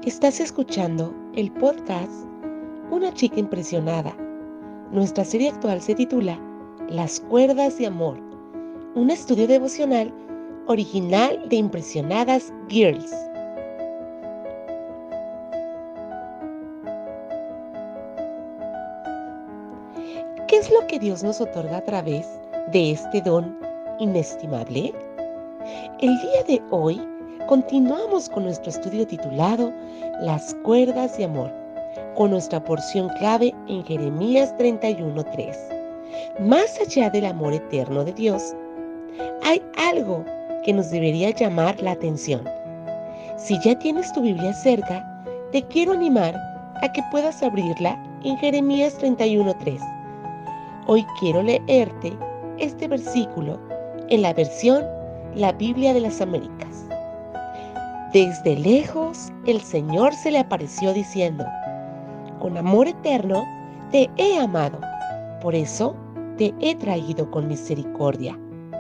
Estás escuchando el podcast Una chica impresionada. Nuestra serie actual se titula Las cuerdas de amor, un estudio devocional original de Impresionadas Girls. ¿Qué es lo que Dios nos otorga a través de este don inestimable? El día de hoy continuamos con nuestro estudio titulado Las cuerdas de amor, con nuestra porción clave en Jeremías 31:3. Más allá del amor eterno de Dios, hay algo que nos debería llamar la atención. Si ya tienes tu Biblia cerca, te quiero animar a que puedas abrirla en Jeremías 31:3. Hoy quiero leerte este versículo en la versión La Biblia de las Américas. Desde lejos el Señor se le apareció diciendo: con amor eterno te he amado, por eso te he traído con misericordia.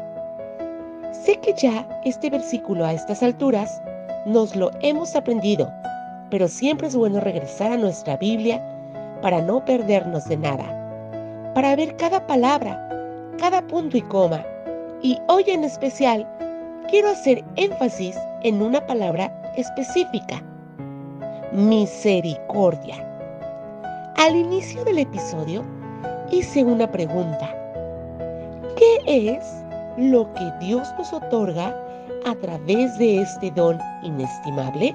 Sé que ya este versículo a estas alturas nos lo hemos aprendido, pero siempre es bueno regresar a nuestra Biblia para no perdernos de nada, para ver cada palabra, cada punto y coma. Y hoy en especial quiero hacer énfasis en una palabra específica: misericordia. Al inicio del episodio hice una pregunta: ¿qué es lo que Dios nos otorga a través de este don inestimable?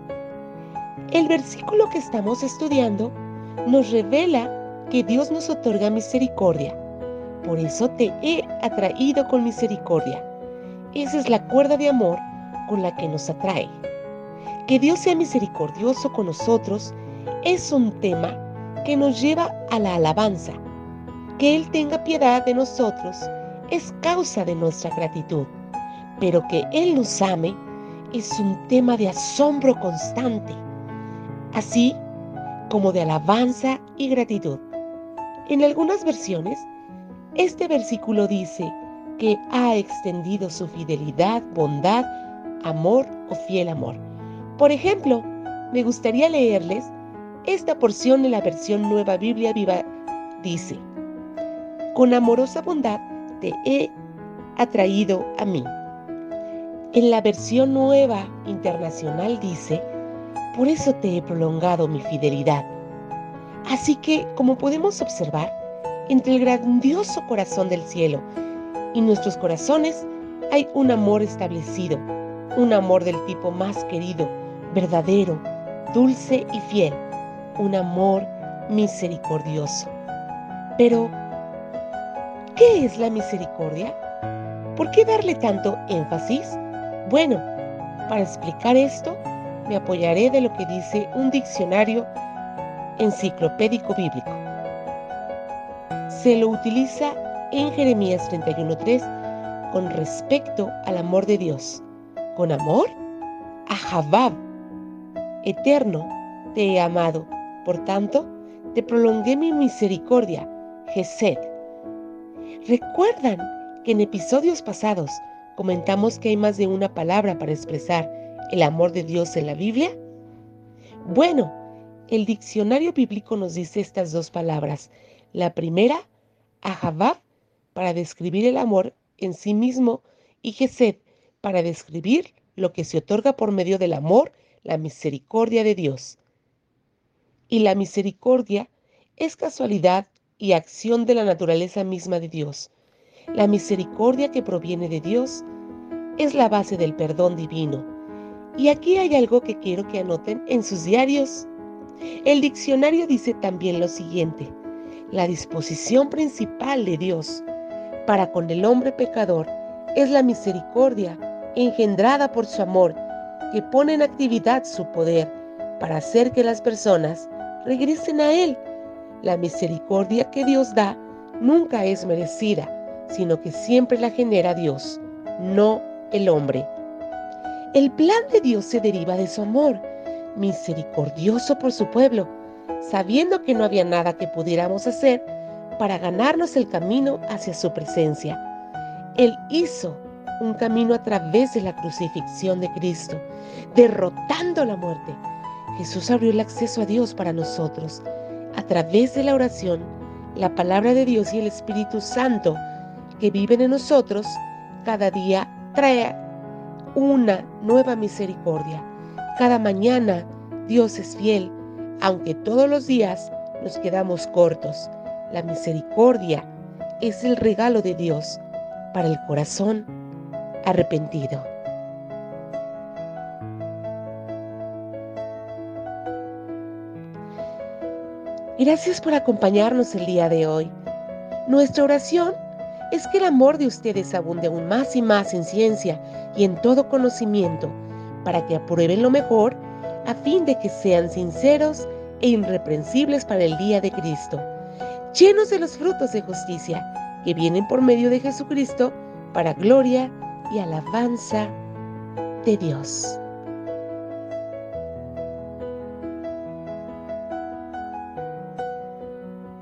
El versículo que estamos estudiando nos revela que Dios nos otorga misericordia. Por eso te he atraído con misericordia. Esa es la cuerda de amor con la que nos atrae. Que Dios sea misericordioso con nosotros es un tema que nos lleva a la alabanza. Que Él tenga piedad de nosotros es causa de nuestra gratitud. Pero que Él nos ame es un tema de asombro constante, así como de alabanza y gratitud. En algunas versiones, este versículo dice que ha extendido su fidelidad, bondad, amor o fiel amor. Por ejemplo, me gustaría leerles esta porción en la versión Nueva Biblia Viva. Dice: con amorosa bondad te he atraído a mí. En la versión Nueva Internacional dice: por eso te he prolongado mi fidelidad. Así que, como podemos observar, entre el grandioso corazón del cielo y nuestros corazones hay un amor establecido, un amor del tipo más querido, verdadero, dulce y fiel, un amor misericordioso. Pero, ¿qué es la misericordia? ¿Por qué darle tanto énfasis? Bueno, para explicar esto, me apoyaré de lo que dice un diccionario enciclopédico bíblico. Se lo utiliza en Jeremías 31:3 con respecto al amor de Dios. Con amor, Ahabab, eterno, te he amado. Por tanto, te prolongué mi misericordia, Gesed. ¿Recuerdan que en episodios pasados comentamos que hay más de una palabra para expresar el amor de Dios en la Biblia? Bueno, el diccionario bíblico nos dice estas dos palabras. La primera, Ahabab, para describir el amor en sí mismo, y Gesed, para describir lo que se otorga por medio del amor, la misericordia de Dios. Y la misericordia es casualidad y acción de la naturaleza misma de Dios. La misericordia que proviene de Dios es la base del perdón divino. Y aquí hay algo que quiero que anoten en sus diarios. El diccionario dice también lo siguiente: la disposición principal de Dios para con el hombre pecador es la misericordia engendrada por su amor, que pone en actividad su poder para hacer que las personas regresen a Él. La misericordia que Dios da nunca es merecida, sino que siempre la genera Dios, no el hombre. El plan de Dios se deriva de su amor, misericordioso por su pueblo, sabiendo que no había nada que pudiéramos hacer para ganarnos el camino hacia su presencia. Él hizo un camino a través de la crucifixión de Cristo, derrotando la muerte. Jesús abrió el acceso a Dios para nosotros. A través de la oración, la palabra de Dios y el Espíritu Santo que viven en nosotros, cada día trae una nueva misericordia. Cada mañana Dios es fiel, aunque todos los días nos quedamos cortos. La misericordia es el regalo de Dios para el corazón arrepentido. Gracias por acompañarnos el día de hoy. Nuestra oración es que el amor de ustedes abunde aún más y más en ciencia y en todo conocimiento, para que aprueben lo mejor, a fin de que sean sinceros e irreprensibles para el día de Cristo, llenos de los frutos de justicia que vienen por medio de Jesucristo, para gloria y alabanza de Dios.